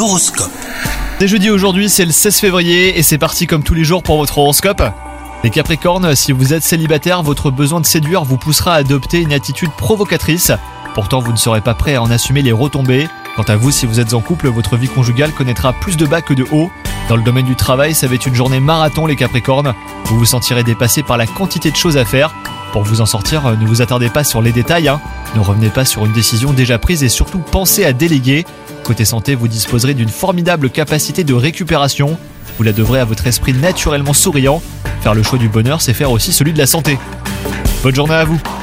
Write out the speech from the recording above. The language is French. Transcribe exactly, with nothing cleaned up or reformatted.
L'horoscope. C'est jeudi aujourd'hui, c'est le seize février et c'est parti comme tous les jours pour votre horoscope. Les Capricornes, si vous êtes célibataire, votre besoin de séduire vous poussera à adopter une attitude provocatrice. Pourtant, vous ne serez pas prêt à en assumer les retombées. Quant à vous, si vous êtes en couple, votre vie conjugale connaîtra plus de bas que de hauts. Dans le domaine du travail, ça va être une journée marathon les Capricornes. Vous vous sentirez dépassé par la quantité de choses à faire. Pour vous en sortir, ne vous attardez pas sur les détails, hein. Ne revenez pas sur une décision déjà prise et surtout pensez à déléguer. Côté santé, vous disposerez d'une formidable capacité de récupération. Vous la devrez à votre esprit naturellement souriant. Faire le choix du bonheur, c'est faire aussi celui de la santé. Bonne journée à vous.